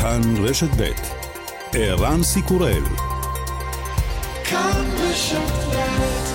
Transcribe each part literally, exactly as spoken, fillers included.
כאן רשת ב' ערן סיקורל. כאן רשת ב'.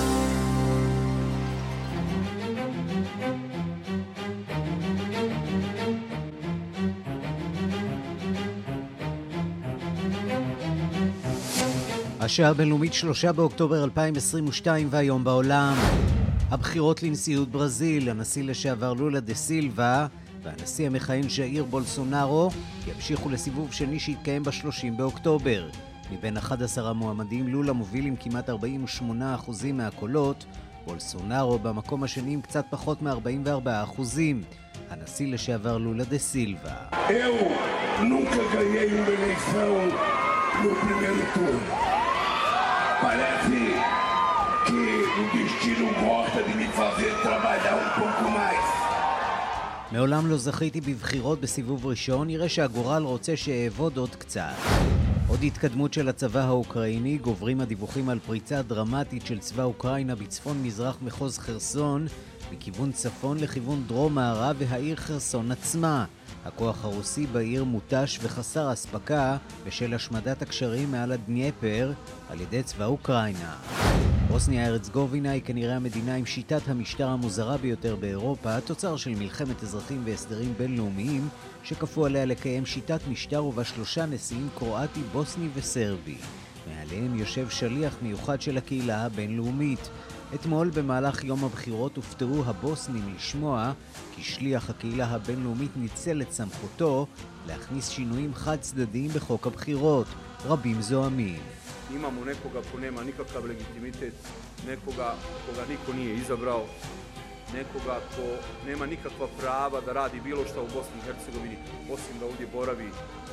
השעה הבינלאומית שלושה באוקטובר אלפיים עשרים ושתיים והיום בעולם. הבחירות לנשיאות ברזיל, הנשיא לשעבר לולה דה סילבה והנשיא המכהן ז'איר בולסונארו ימשיכו לסיבוב שני שיתקיים ב-שלושים באוקטובר. מבין אחד עשר המועמדים לולה מוביל עם כמעט ארבעים ושמונה אחוז מהקולות, בולסונארו במקום השני עם קצת פחות מ-ארבעים וארבעה אחוז. הנשיא לשעבר לולה דה סילבה. Eu nunca ganhei uma eleição no primeiro turno. Parece que o destino gosta de me fazer trabalhar um pouco mais. מעולם לא זכיתי בבחירות בסיבוב ראשון, נראה שהגורל רוצה שאעבוד עוד קצת. עוד התקדמות של הצבא האוקראיני, גוברים הדיווחים על פריצה דרמטית של צבא אוקראינה בצפון מזרח מחוז חרסון, מכיוון צפון לכיוון דרום מערב והעיר חרסון עצמה. הכוח הרוסי בעיר מוטש וחסר הספקה בשל השמדת הקשרים מעל הדנייפר על ידי צבא אוקראינה. בוסניה הרצגובינה היא כנראה המדינה עם שיטת המשטר המוזרה ביותר באירופה, תוצר של מלחמת אזרחים והסדרים בינלאומיים שכפו עליה לקיים שיטת משטר ובה שלושה נשיאים קרואטי, בוסני וסרבי. מעליהם יושב שליח מיוחד של הקהילה הבינלאומית. אתמול במהלך יום הבחירות הופתעו הבוסנים לשמוע כי שליח הקהילה הבינלאומית ניצל את סמכותו להכניס שינויים חד צדדיים בחוק הבחירות. רבים זוהמים. Imamo nekoga ko nema nikakav legitimitet, nekoga koga niko nije izabrao, nekoga ko nema nikakva prava da radi bilo šta u Bosni i Hercegovini, osim da ovdje boravi,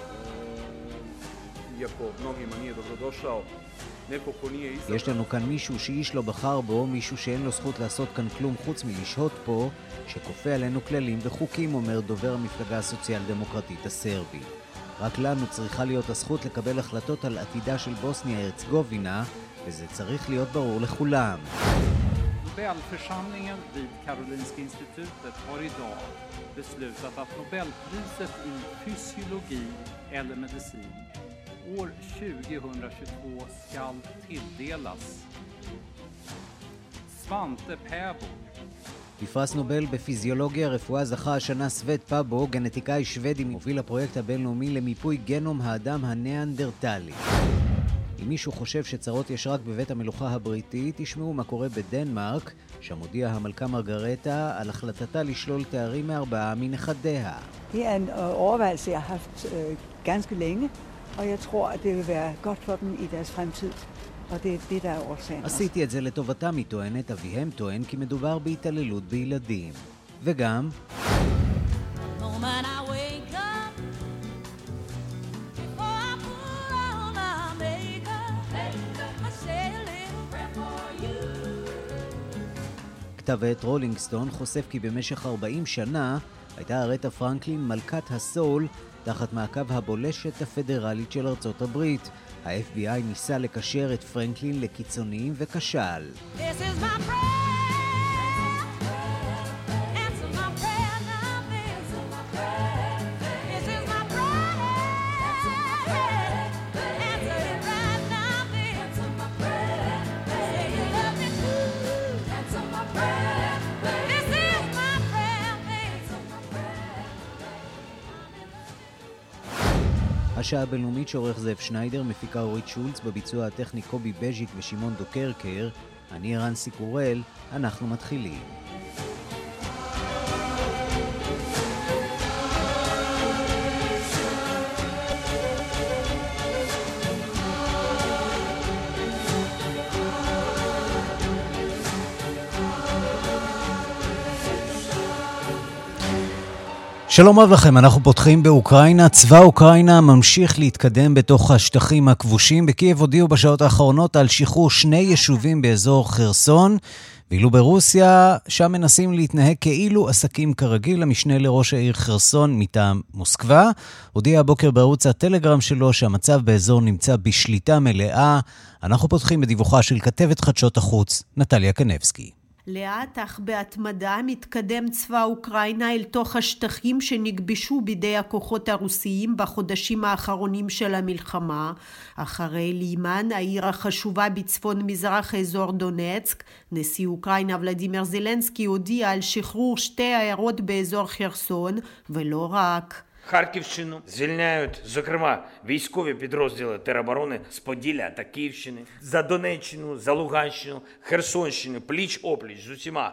iako mnogima nije dobrodošao. יש לנו כאן מישהו שאיש לא בחר בו, מישהו שאין לו זכות לעשות כאן כלום חוץ מלשהות פה, שכופה עלינו כללים וחוקים, אומר דובר המפלגה הסוציאל דמוקרטית הסרבי. רק לנו צריכה להיות הזכות לקבל החלטות על עתידה של בוסניה הרצגובינה, וזה צריך להיות ברור לכולם. Nobelförsamlingen vid Karolinska institutet har idag beslutat att Nobelpriset i fysiologi eller medicin år tjugohundratjugotvå skall tilldelas Svante Pääbo. בפרס נובל בפיזיולוגיה רפואה זכה השנה סווט פאבו, גנטיקאי שוודי מוביל הפרויקט הבינלאומי למיפוי גנום האדם הניאנדרטלי. אם מישהו חושב שצרות יש רק בבית המלוכה הבריטית, תשמעו מה קורה בדנמרק, שם הודיעה המלכה מרגרטה על החלטתה לשלול תארים מארבעה מנכדיה. Det er en overvejelse, jeg har haft øh, ganske længe, og jeg tror, at det vil være godt for dem i deres fremtid. Og det er det, der er årsagen. עשיתי את זה לטובתם, היא טוענת, אביהם טוען כי מדובר בהתעללות בילדים. וגם כתב עת רולינג סטון חושף כי במשך ארבעים שנה הייתה ארתה פרנקלין מלכת הסול תחת מעקב הבולשת הפדרלית של ארצות הברית. ה-אף בי איי ניסה לקשר את פרנקלין לקיצוניים וכשל. השעה הבינלאומית שעורך זאב שניידר, מפיקה אורית שולץ, בביצוע הטכני קובי בז'יק ושמעון דוקרקר. אני ערן סיקורל, אנחנו מתחילים. שלום רב לכם, אנחנו פותחים באוקראינה. צבא אוקראינה ממשיך להתקדם בתוך השטחים הכבושים. בקייב הודיעו בשעות האחרונות על שחרור שני יישובים באזור חרסון, ואילו ברוסיה שם מנסים להתנהג כאילו עסקים כרגיל. המשנה לראש העיר חרסון מטעם מוסקבה הודיע הבוקר בערוץ הטלגרם שלו שהמצב באזור נמצא בשליטה מלאה. אנחנו פותחים בדיווחה של כתבת חדשות החוץ נטליה קנבסקי. לאט אך בהתמדה מתקדם צבא אוקראינה אל תוך השטחים שנכבשו בידי הכוחות הרוסיים בחודשים האחרונים של המלחמה. אחרי לימן, העיר החשובה בצפון מזרח אזור דונצק, נשיא אוקראינה ולדימיר זלנסקי הודיע על שחרור שתי העיירות באזור חרסון, ולא רק. Харківщину звільняють, зокрема, військові підрозділи тероборони з Поділля та Київщини, за Донеччину, за Луганщину, Херсонщину, пліч-опліч з усіма.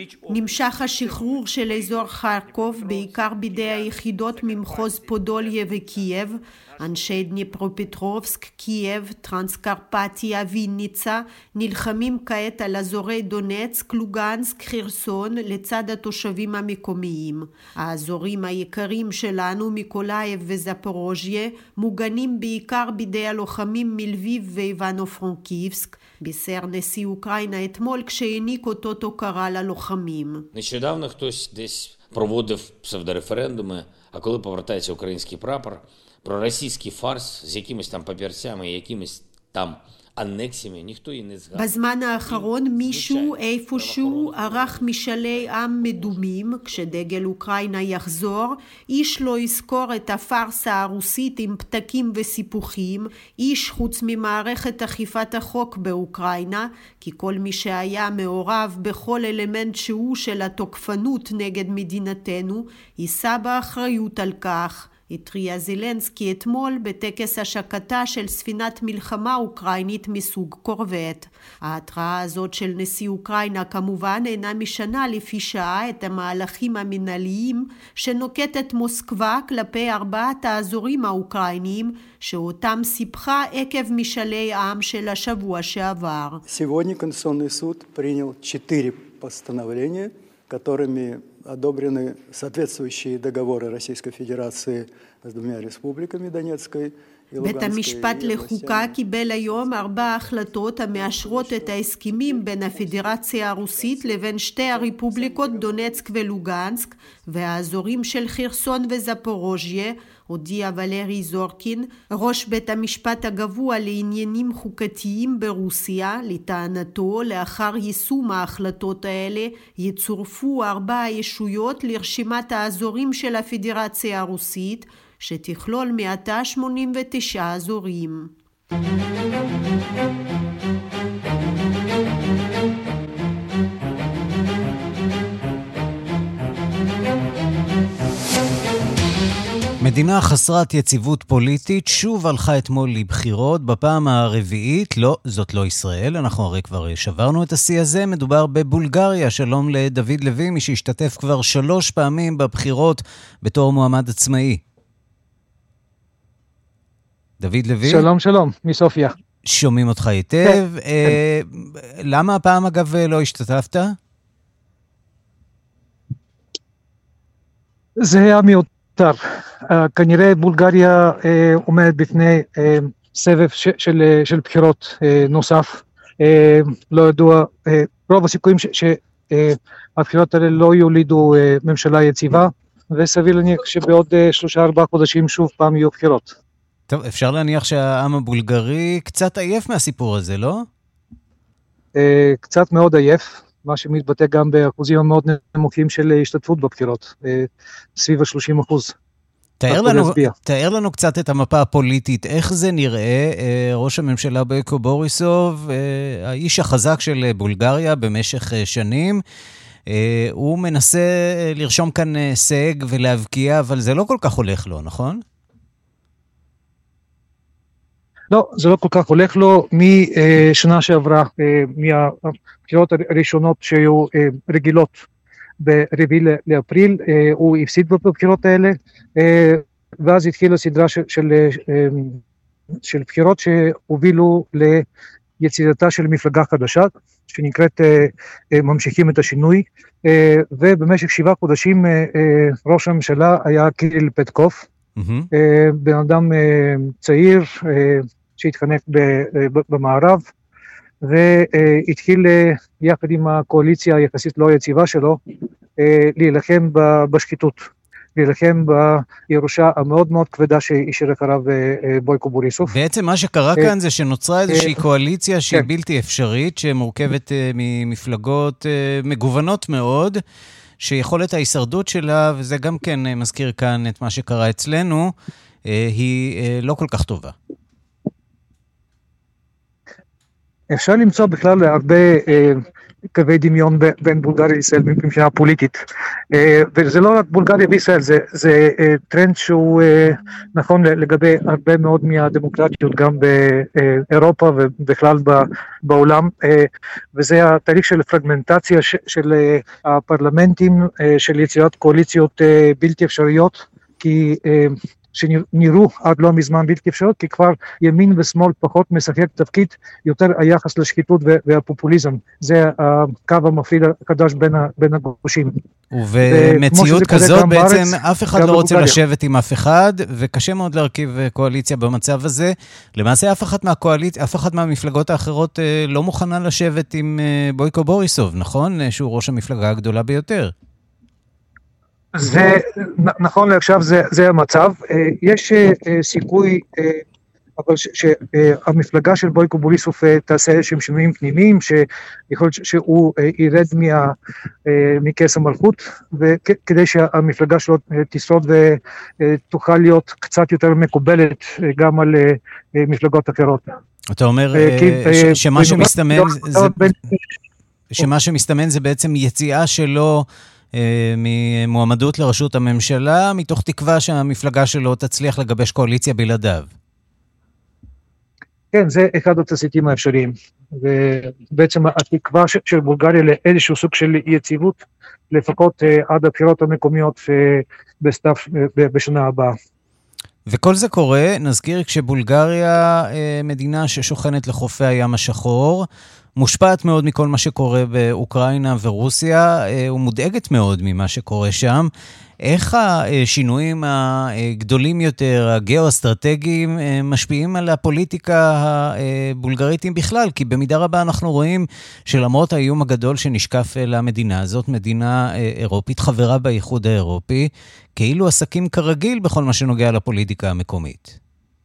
נמשך השחרור של אזור חרקוב, בעיקר בידי היחידות ממחוז פודוליה וקייב. אנשי דניפרופטרובסק, קייב, טרנסקרפטיה, ויניצה, נלחמים כעת על אזורי דונצק, לוגנסק, חרסון, לצד התושבים המקומיים. האזורים היקרים שלנו, מיקולאייב וזפורוז'יה, מוגנים בעיקר בידי הלוחמים מלביב ואיבנו-פרנקיבסק. בישר נשיא אוקראינה אתמול כשהעניק אותו תוקרה ללוחמים. Нещодавно хтось десь проводив псевдореферендуми, а коли повертається український прапор, проросійський фарс з якимись там папірцями, якимись там אנקסימי, ניחתו היא נזגר. בזמן האחרון מישהו איפשהו ערך משאלי עם מדומים. כשדגל אוקראינה יחזור, איש לא יזכור את הפרסה הרוסית עם פתקים וסיפוחים, איש חוץ ממערכת אכיפת החוק באוקראינה, כי כל מי שהיה מעורב בכל אלמנט שהוא של התוקפנות נגד מדינתנו, יישא באחריות על כך. התריע זלנסקי אתמול בטקס השקתה של ספינת מלחמה אוקראינית מסוג קורבט. ההתראה הזאת של נשיא אוקראינה כמובן אינה משנה לפי שעה את המהלכים המנהליים שנוקטת מוסקבה כלפי ארבעת האזורים האוקראיניים שאותם סיפחה עקב משאלי עם של השבוע שעבר. Сегодня Конституционный суд принял четыре постановления, которыми одобрены соответствующие договоры Российской Федерации с двумя республиками Донецкой и Луганской. בית המשפט לחוקה קיבל היום ארבע החלטות המאשרות את ההסכמים בין הפדרציה הרוסית לבין שתי הרפובליקות דונצק ולוגנסק והאזורים של חרסון וזפורוז'יה. הודיע ולרי זורקין, ראש בית המשפט הגבוה לעניינים חוקתיים ברוסיה. לטענתו, לאחר יישום ההחלטות האלה, יצורפו ארבע ישויות לרשימת האזורים של הפדרציה הרוסית, שתכלול מעתה שמונים ותשעה אזורים. מדינה חסרת יציבות פוליטית שוב הלכה אתמול לבחירות בפעם הרביעית. לא, זאת לא ישראל, אנחנו הרי כבר שברנו את השיא הזה. מדובר בבולגריה. שלום לדוד לוי, מי שהשתתף כבר שלוש פעמים בבחירות בתור מועמד עצמאי. דוד לוי? שלום, שלום, מסופיה. שומעים אותך היטב. אה, למה הפעם אגב לא השתתפת? זה היה מיותר. כנראה בולגריה עומדת בפני סבב של, של בחירות נוסף. לא ידוע, רוב הסיכויים שהבחירות האלה לא יולידו ממשלה יציבה, וסביר להניח שבעוד שלושה ארבעה חודשים שוב פעם יהיו בחירות. טוב, אפשר להניח שהעם הבולגרי קצת עייף מהסיפור הזה, לא? קצת מאוד עייף. מה שמתבטא גם באחוזים המאוד נמוכים של השתתפות בבחירות, סביב ה-שלושים אחוז. תאר לנו, תאר לנו קצת את המפה הפוליטית, איך זה נראה. ראש הממשלה בויקו בוריסוב, האיש החזק של בולגריה במשך שנים, הוא מנסה לרשום כאן הישג ולהבקיע, אבל זה לא כל כך הולך לו, נכון? לא, זה לא כל כך הולך לו. משנה שעברה, מהבחירות הראשונות שהיו רגילות ברביעי לאפריל, הוא הפסיד בבחירות האלה, ואז התחילה סדרה של, של, של בחירות שהובילו ליצירתה של מפלגה חדשה, שנקראת ממשיכים את השינוי, ובמשך שבעה חודשים ראש הממשלה היה קיריל פטקוף, Mm-hmm. בן אדם צעיר שהתחנך במערב, והתחיל יחד עם הקואליציה היחסית לא יציבה שלו להילחם בשחיתות. להילחם בירושה המאוד מאוד כבדה שהשאיר אחריו בויקו בוריסוב. בעצם מה שקרה כאן זה שנוצרה איזושהי קואליציה שהיא בלתי אפשרית, שמורכבת ממפלגות מגוונות מאוד, שיכולת ההישרדות שלה, וזה גם כן מזכיר כאן את מה שקרה אצלנו, היא לא כל כך טובה. אפשר למצוא בכלל הרבה קווי דמיון בין בולגריה לישראל מבחינה פוליטית. וזה לא רק בולגריה וישראל, זה, זה טרנד שהוא נכון לגבי הרבה מאוד מהדמוקרטיות, גם באירופה ובכלל בעולם, וזה התהליך של פרגמנטציה של הפרלמנטים, של יצירת קואליציות בלתי אפשריות, כי שנראו עד לא מזמן בלתי אפשריות, כי כבר ימין ושמאל פחות משחק תפקיד, יותר היחס לשחיתות והפופוליזם. זה הקו המפריד הקדש בין, בין הגושים. ובמציאות כזאת בעצם אף אחד לא רוצה לשבת עם אף אחד, וקשה מאוד להרכיב קואליציה במצב הזה. למעשה אף אחד מהקואליציה, אף אחד מהמפלגות האחרות לא מוכנה לשבת עם בויקו בוריסוב, נכון? שהוא ראש המפלגה הגדולה ביותר. זה, נכון לעכשיו זה, זה המצב. יש סיכוי, אבל שהמפלגה של בויקו בוריסוב תעשה איזשהם שינויים פנימיים, שיכול להיות שהוא ירד מה, מכס המלכות, וכדי שהמפלגה שלו תשרוד ותוכל להיות קצת יותר מקובלת גם על מפלגות אחרות. אתה אומר שמה שמסתמן זה, שמה שמסתמן זה בעצם יציאה שלו ממועמדות לראשות הממשלה, מתוך תקווה שהמפלגה שלו תצליח לגבש קואליציה בלעדיו. כן, זה אחד התסריטים האפשריים. ובעצם התקווה של בולגריה לאיזשהו סוג של יציבות, לפחות עד הבחירות המקומיות בסתיו בשנה הבאה. וכל זה קורה, נזכיר, כשבולגריה מדינה ששוכנת לחופי הים השחור, מושפעת מאוד מכל מה שקורה באוקראינה ורוסיה, ומודאגת מאוד ממה שקורה שם. איך השינויים הגדולים יותר, הגיאו-אסטרטגיים, משפיעים על הפוליטיקה הבולגרית בכלל? כי במידה רבה אנחנו רואים שלמרות האיום הגדול שנשקף למדינה הזאת, מדינה אירופית, חברה באיחוד האירופי, כאילו עסקים כרגיל בכל מה שנוגע לפוליטיקה המקומית.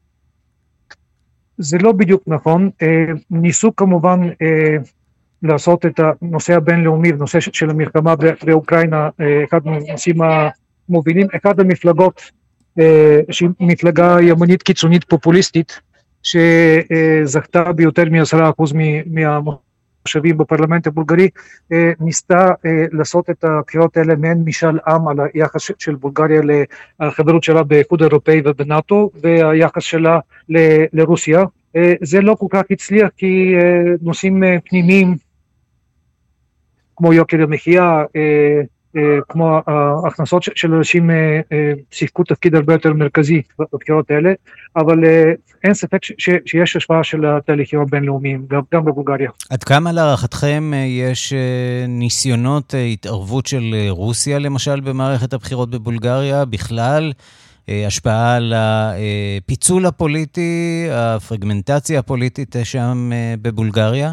זה לא בדיוק נכון. ניסו כמובן לעשות את הנושא הבינלאומי, נושא של המלחמה באוקראינה, אחד מהנושאים המובילים, אחד המפלגות, שהיא מפלגה ימנית קיצונית פופוליסטית, שזכתה ביותר מ-עשרה אחוז מהמושבים בפרלמנט הבולגרי, ניסתה לעשות את הבחירות האלה מעין משאל עם על היחס של בולגריה לחברות שלה באיחוד האירופאי ובנאטו, והיחס שלה לרוסיה. זה לא כל כך הצליח, כי נושאים פנימיים, כמו יוקר המחיה, כמו ההכנסות של אנשים, שיחקו תפקיד הרבה יותר מרכזי בבחירות האלה, אבל אין ספק שיש השפעה של התהליכים הבינלאומיים, גם בבולגריה. עד כמה להערכתכם יש ניסיונות התערבות של רוסיה, למשל, במערכת הבחירות בבולגריה, בכלל, השפעה על הפיצול הפוליטי, הפרגמנטציה הפוליטית שם בבולגריה?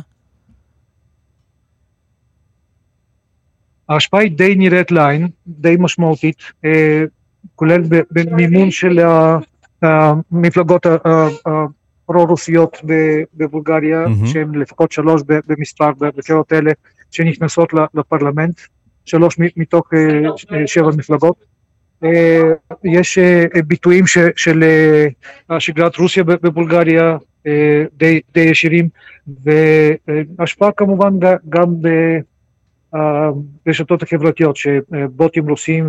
ההשפעה היא די נראית לעין, די משמעותית, כולל במימון של המפלגות הפרו-רוסיות בבולגריה, שהן לפחות שלוש במספר בבחירות האלה, שנכנסות לפרלמנט, שלוש מתוך שבע מפלגות. יש ביטויים של שגרת רוסיה בבולגריה די ישירים, והשפעה כמובן גם ברשתות החברתיות, שבוטים רוסים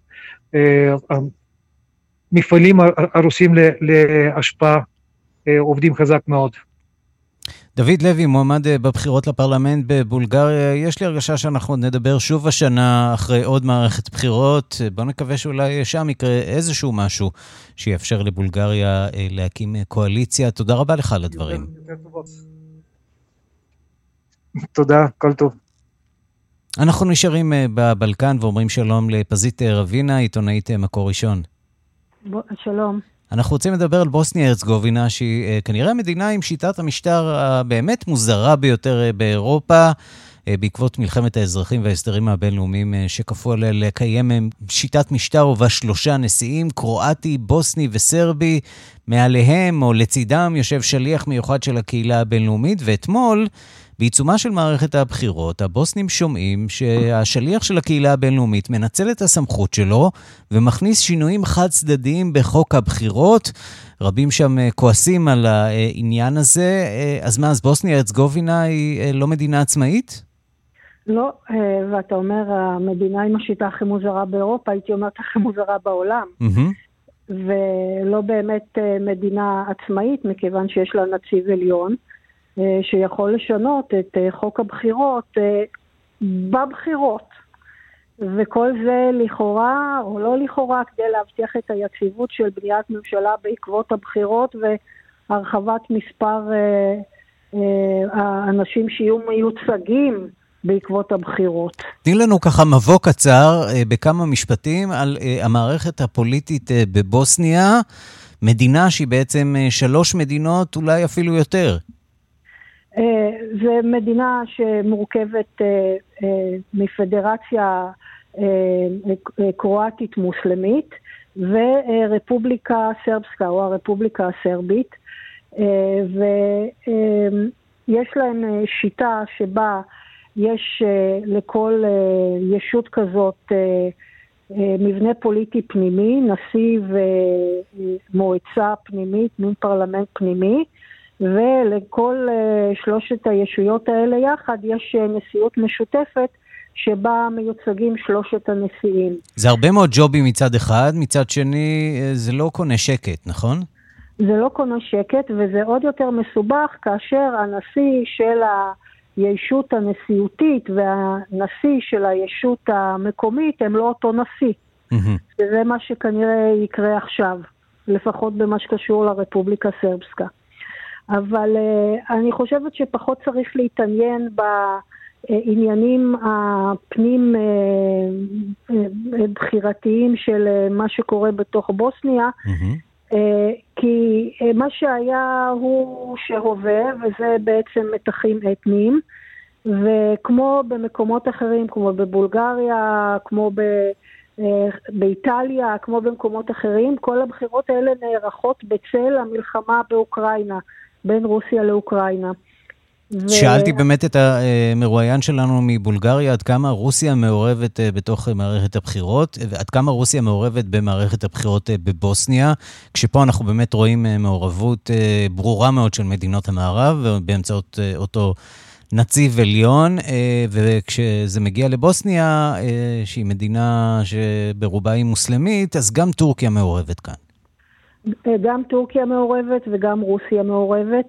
ומפעלים הרוסים להשפעה עובדים חזק מאוד. דוד לוי, מועמד בבחירות לפרלמנט בבולגריה, יש לי הרגשה שאנחנו נדבר שוב השנה אחרי עוד מערכת בחירות. בוא נקווה שאולי שם יקרה איזשהו משהו שיאפשר לבולגריה להקים קואליציה. תודה רבה לך על הדברים. תודה, כל טוב. אנחנו נשארים בבלקן ואומרים שלום לפזית רבינה, עיתונאית מקור ראשון. שלום. אנחנו רוצים לדבר על בוסניה הרצגובינה, שהיא כנראה מדינה עם שיטת המשטר הבאמת מוזרה ביותר באירופה, בעקבות מלחמת האזרחים וההסדרים הבינלאומיים שכפו עליה לקיים שיטת משטר ובה שלושה נשיאים, קרואטי, בוסני וסרבי, מעליהם או לצידם יושב שליח מיוחד של הקהילה הבינלאומית, ואתמול בעיצומה של מערכת הבחירות, הבוסנים שומעים שהשליח של הקהילה הבינלאומית מנצל את הסמכות שלו ומכניס שינויים חד צדדיים בחוק הבחירות. רבים שם כועסים על העניין הזה. אז מה, אז בוסניה הרצגובינה היא לא מדינה עצמאית? לא, ואתה אומר, המדינה עם השיטה הכי מוזרה באירופה, הייתי אומרת הכי מוזרה בעולם. ולא באמת מדינה עצמאית, מכיוון שיש לה נציב עליון, שיכול לשנות את חוק הבחירות בבחירות. וכל זה לכאורה או לא לכאורה כדי להבטיח את היציבות של בניית ממשלה בעקבות הבחירות והרחבת מספר האנשים שיהיו מיוצגים בעקבות הבחירות. תני לנו ככה מבוא קצר בכמה משפטים על המערכת הפוליטית בבוסניה, מדינה שהיא בעצם שלוש מדינות, אולי אפילו יותר. זה מדינה שמורכבת מפדרציה קרואטית מוסלמית ורפובליקה סרבסקה או הרפובליקה הסרבית, ויש להם שיטה שבה יש לכל ישות כזאת מבנה פוליטי פנימי, נשיא ומועצה פנימית, מין פרלמנט פנימי, ולכל שלושת הישויות האלה יחד יש נשיאות משותפת שבה מיוצגים שלושת הנשיאים. זה הרבה מאוד ג'ובים מצד אחד, מצד שני זה לא קונה שקט, נכון? זה לא קונה שקט, וזה עוד יותר מסובך כאשר הנשיא של הישות הנשיאותית והנשיא של הישות המקומית הם לא אותו נשיא. Mm-hmm. וזה מה שכנראה יקרה עכשיו, לפחות במה שקשור לרפובליקה סרבסקה. אבל uh, אני חושבת שפחות צריך להתעניין בעניינים הפנים uh, uh, בחירתיים של uh, מה שקורה בתוך בוסניה, mm-hmm. uh, כי uh, מה שהיה הוא שהווה, וזה בעצם מתחים אתניים, וכמו במקומות אחרים, כמו בבולגריה, כמו ב... באיטליה, כמו במקומות אחרים, כל הבחירות האלה נערכות בצל המלחמה באוקראינה, בין רוסיה לאוקראינה. שאלתי ו... באמת את המרואיין שלנו מבולגריה, עד כמה רוסיה מעורבת בתוך מערכת הבחירות, ועד כמה רוסיה מעורבת במערכת הבחירות בבוסניה, כשפה אנחנו באמת רואים מעורבות ברורה מאוד של מדינות המערב, באמצעות אותו נציב עליון, וכשזה מגיע לבוסניה, שהיא מדינה שברובה היא מוסלמית, אז גם טורקיה מעורבת כאן. גם טורקיה מעורבת וגם רוסיה מעורבת.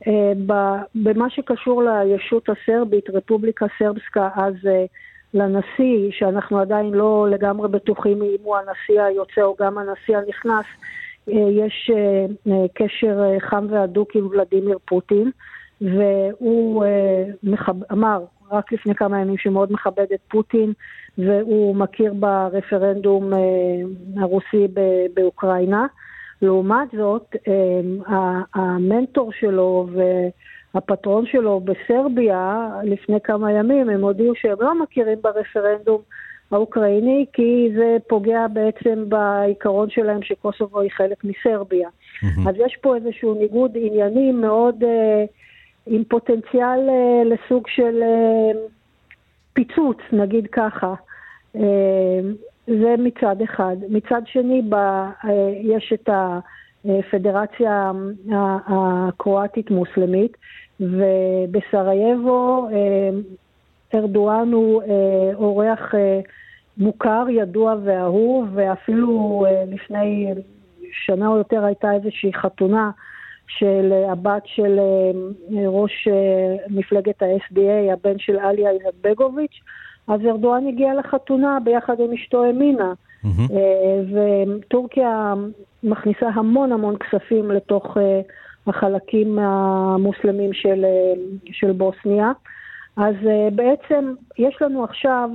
במה שקשור לישות הסרבית, רפובליקה סרבסקה, אז לנשיא, שאנחנו עדיין לא לגמרי בטוחים אם הוא הנשיא היוצא או גם הנשיא הנכנס, יש קשר חם והדוק עם ולדימיר פוטין, והוא מחב... אמר רק לפני כמה ימים שמאוד מכבד את פוטין, והוא מכיר ברפרנדום הרוסי באוקראינה. לעומת זאת, המנטור שלו והפטרון שלו בסרביה, לפני כמה ימים הם הודיעו שהם לא מכירים ברפרנדום האוקראיני, כי זה פוגע בעצם בעיקרון שלהם שקוסובו היא חלק מסרביה. Mm-hmm. אז יש פה איזשהו ניגוד עניינים מאוד... עם פוטנציאל uh, לסוג של uh, פיצוץ, נגיד ככה. Uh, זה מצד אחד. מצד שני, ב, uh, יש את הפדרציה הקרואטית מוסלמית, ובסרייבו uh, ארדואן הוא uh, אורח uh, מוכר, ידוע ואהוב, ואפילו uh, לפני שנה או יותר הייתה איזושהי חתונה, של הבת של ראש מפלגת ה-אס די איי, הבן של אליה איזטבגוביץ', אז ארדואן הגיע לחתונה ביחד עם אשתו אמינה, mm-hmm. וטורקיה מכניסה המון המון כספים לתוך החלקים המוסלמים של, של בוסניה. אז בעצם יש לנו עכשיו,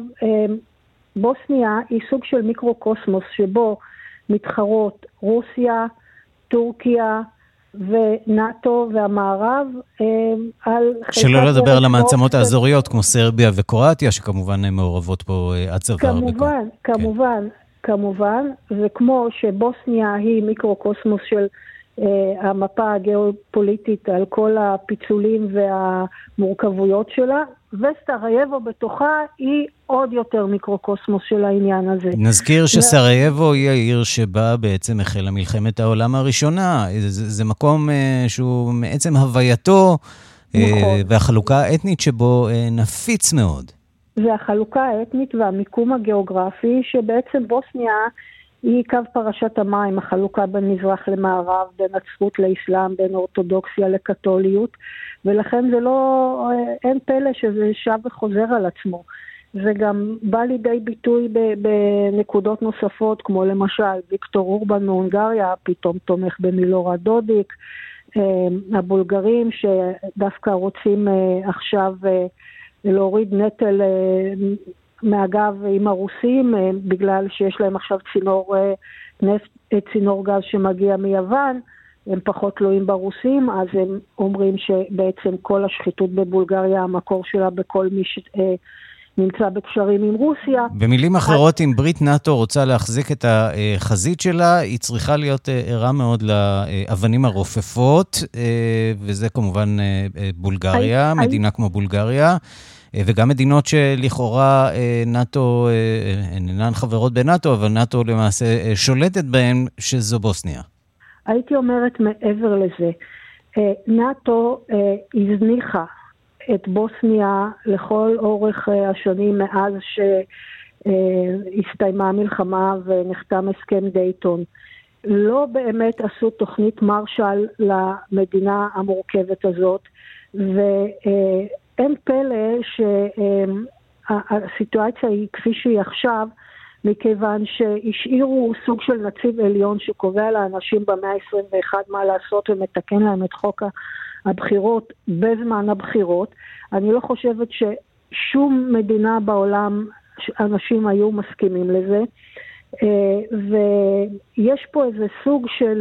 בוסניה היא סוג של מיקרו-קוסמוס, שבו מתחרות רוסיה, טורקיה, ונאטו והמערב על... שלא לדבר על המעצמות האזוריות כמו סרביה וקרואטיה, שכמובן מעורבות פה הצבא. כמובן, כמובן, כמובן, וכמו שבוסניה היא מיקרוקוסמוס של המפה הגיאופוליטית על כל הפיצולים והמורכבויות שלה, וסרייבו בתוכה היא עוד יותר מיקרוקוסמוס של העניין הזה. נזכיר שסרייבו היא העיר שבה בעצם החלה מלחמת העולם הראשונה. זה, זה מקום שהוא מעצם הווייתו, נכון. והחלוקה האתנית שבו נפיץ מאוד. והחלוקה האתנית והמיקום הגיאוגרפי שבעצם בוסניה היא קו פרשת המים, החלוקה בין מזרח למערב, בין נצרות לאסלאם, בין אורתודוקסיה לקתוליות, ולכן זה לא, אין פלא שזה שב וחוזר על עצמו. זה גם בא לידי ביטוי בנקודות נוספות, כמו למשל ויקטור אורבן מהונגריה, פתאום תומך במילורד דודיק, הבולגרים שדווקא רוצים עכשיו להוריד נטל מהגב עם הרוסים, בגלל שיש להם עכשיו צינור נפט, צינור גז שמגיע מיוון, הם פחות תלויים ברוסים, אז הם אומרים שבעצם כל השחיתות בבולגריה, המקור שלה בכל מי שנמצא בקשרים עם רוסיה. במילים אחרות, אם ברית נאטו רוצה להחזיק את החזית שלה, היא צריכה להיות ערה מאוד לאבנים הרופפות, וזה כמובן בולגריה, מדינה כמו בולגריה, וגם מדינות שלכאורה נאטו, אינן חברות בנאטו, אבל נאטו למעשה שולטת בהן, שזו בוסניה. הייתי אומרת מעבר לזה, נאטו הזניחה את בוסניה לכל אורך השנים מאז שהסתיימה המלחמה ונחתם הסכם דייטון. לא באמת עשו תוכנית מרשל למדינה המורכבת הזאת, ואין פלא שהסיטואציה היא כפי שהיא עכשיו, מכיוון שהשאירו סוג של נציב עליון שקובע לאנשים במאה ה-עשרים ואחת מה לעשות ומתקן להם את חוק הבחירות בזמן הבחירות. אני לא חושבת ששום מדינה בעולם אנשים היו מסכימים לזה, ויש פה איזה סוג של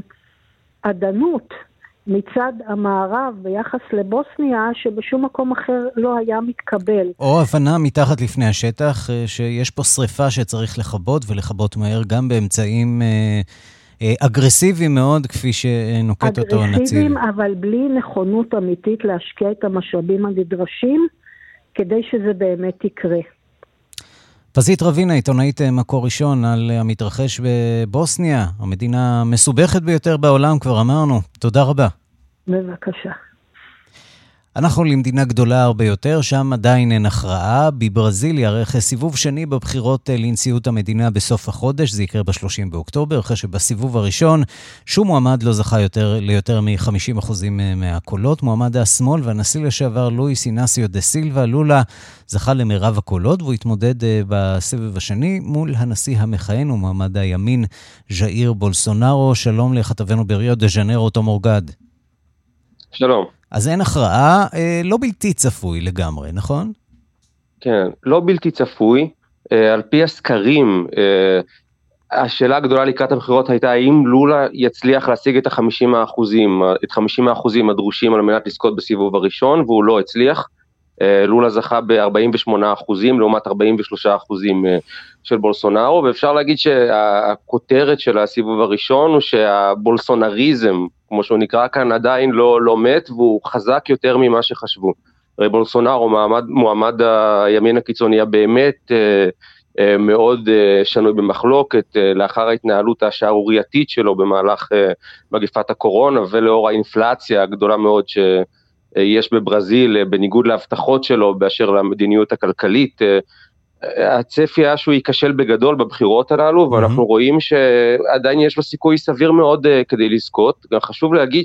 עדנות מצד המערב ביחס לבוסניה, שבשום מקום אחר לא היה מתקבל. או הבנה מתחת לפני השטח, שיש פה שריפה שצריך לכבות, ולכבות מהר גם באמצעים אגרסיביים מאוד, כפי שנוקט אותו הנציב. אגרסיביים, אבל בלי נכונות אמיתית להשקיע את המשאבים הנדרשים, כדי שזה באמת יקרה. פזית רבינה, עיתונאית מקור ראשון על המתרחש בבוסניה, המדינה המסובכת ביותר בעולם, כבר אמרנו. תודה רבה. בבקשה. אנחנו למדינה גדולה הרבה יותר, שם עדיין אין הכרעה. בברזיל יערך סיבוב שני בבחירות לנשיאות המדינה בסוף החודש, זה יקרה ב-שלושים באוקטובר, אחרי שבסיבוב הראשון שום מועמד לא זכה יותר, ליותר מ-חמישים אחוז מהקולות. מועמד השמאל והנשיא לשעבר לואיס אינאסיו דה סילבה לולה זכה למרב הקולות, והוא התמודד בסבב השני מול הנשיא המכהן ומועמד הימין ז'איר בולסונארו. שלום לכתבנו בריו דה ז'נרו תום אורגד. שלום. אז אין הכרעה, אה, לא בלתי צפוי לגמרי, נכון? כן, לא בלתי צפוי. אה, על פי הסקרים, אה, השאלה הגדולה לקראת הבחירות הייתה האם לולה יצליח להשיג את ה-חמישים אחוזים, את חמישים אחוזים הדרושים על מנת לזכות בסיבוב הראשון, והוא לא הצליח. אה, לולה זכה ב-ארבעים ושמונה אחוזים, לעומת ארבעים ושלושה אחוזים אה, של בולסונארו, ואפשר להגיד שהכותרת של הסיבוב הראשון הוא שהבולסונריזם, כמו שהוא נקרא כאן, עדיין לא, לא מת, והוא חזק יותר ממה שחשבו. הרי בולסונארו, מועמד, מועמד הימין הקיצוני, באמת אה, אה, מאוד אה, שנוי במחלוקת, אה, לאחר ההתנהלות השערורייתית שלו במהלך אה, מגפת הקורונה, ולאור האינפלציה הגדולה מאוד שיש בברזיל, אה, בניגוד להבטחות שלו, באשר למדיניות הכלכלית, אה, הצפי היה שהוא ייכשל בגדול בבחירות הללו, ואנחנו רואים שעדיין יש לו סיכוי סביר מאוד כדי לזכות. גם חשוב להגיד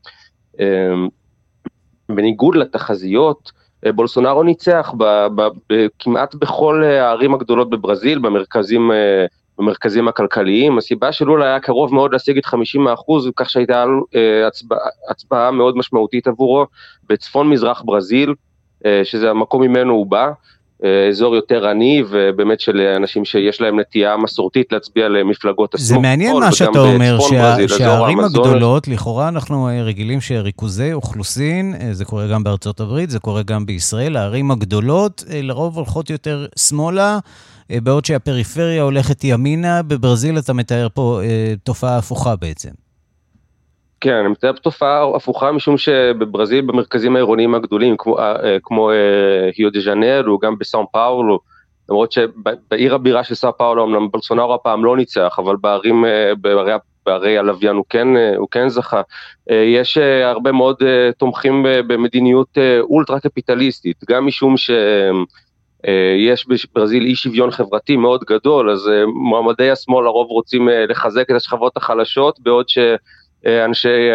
שבניגוד לתחזיות, בולסונארו ניצח כמעט בכל הערים הגדולות בברזיל, במרכזים, במרכזים הכלכליים. הסיבה שלו היה קרוב מאוד להשיג את חמישים אחוז, כך שהייתה הצבעה, הצבעה מאוד משמעותית עבורו בצפון מזרח ברזיל, שזה המקום ממנו הוא בא. אזור יותר עני, ובאמת של אנשים שיש להם נטייה מסורתית להצביע למפלגות השמאל. זה מעניין מה שאתה אומר, שהערים הגדולות, לכאורה אנחנו רגילים שריכוזי אוכלוסין, זה קורה גם בארצות הברית, זה קורה גם בישראל, הערים הגדולות לרוב הולכות יותר שמאלה, בעוד שהפריפריה הולכת ימינה. בברזיל אתה מתאר פה תופעה הפוכה בעצם. כן, אני מתאר תופעה הפוכה, משום שבברזיל, במרכזים העירוניים הגדולים, כמו, כמו היו דה ז'נרו, גם בסאו פאולו, למרות שבעיר הבירה של סאו פאולו, אמנם בולסונארו הפעם לא ניצח, אבל בערים, בערי, בערי הלוויין הוא כן, הוא כן זכה. יש הרבה מאוד תומכים במדיניות אולטרה קפיטליסטית, גם משום ש... יש בברזיל אי שוויון חברתי מאוד גדול, אז מועמדי השמאל לרוב רוצים לחזק את השכבות החלשות, בעוד שאנשי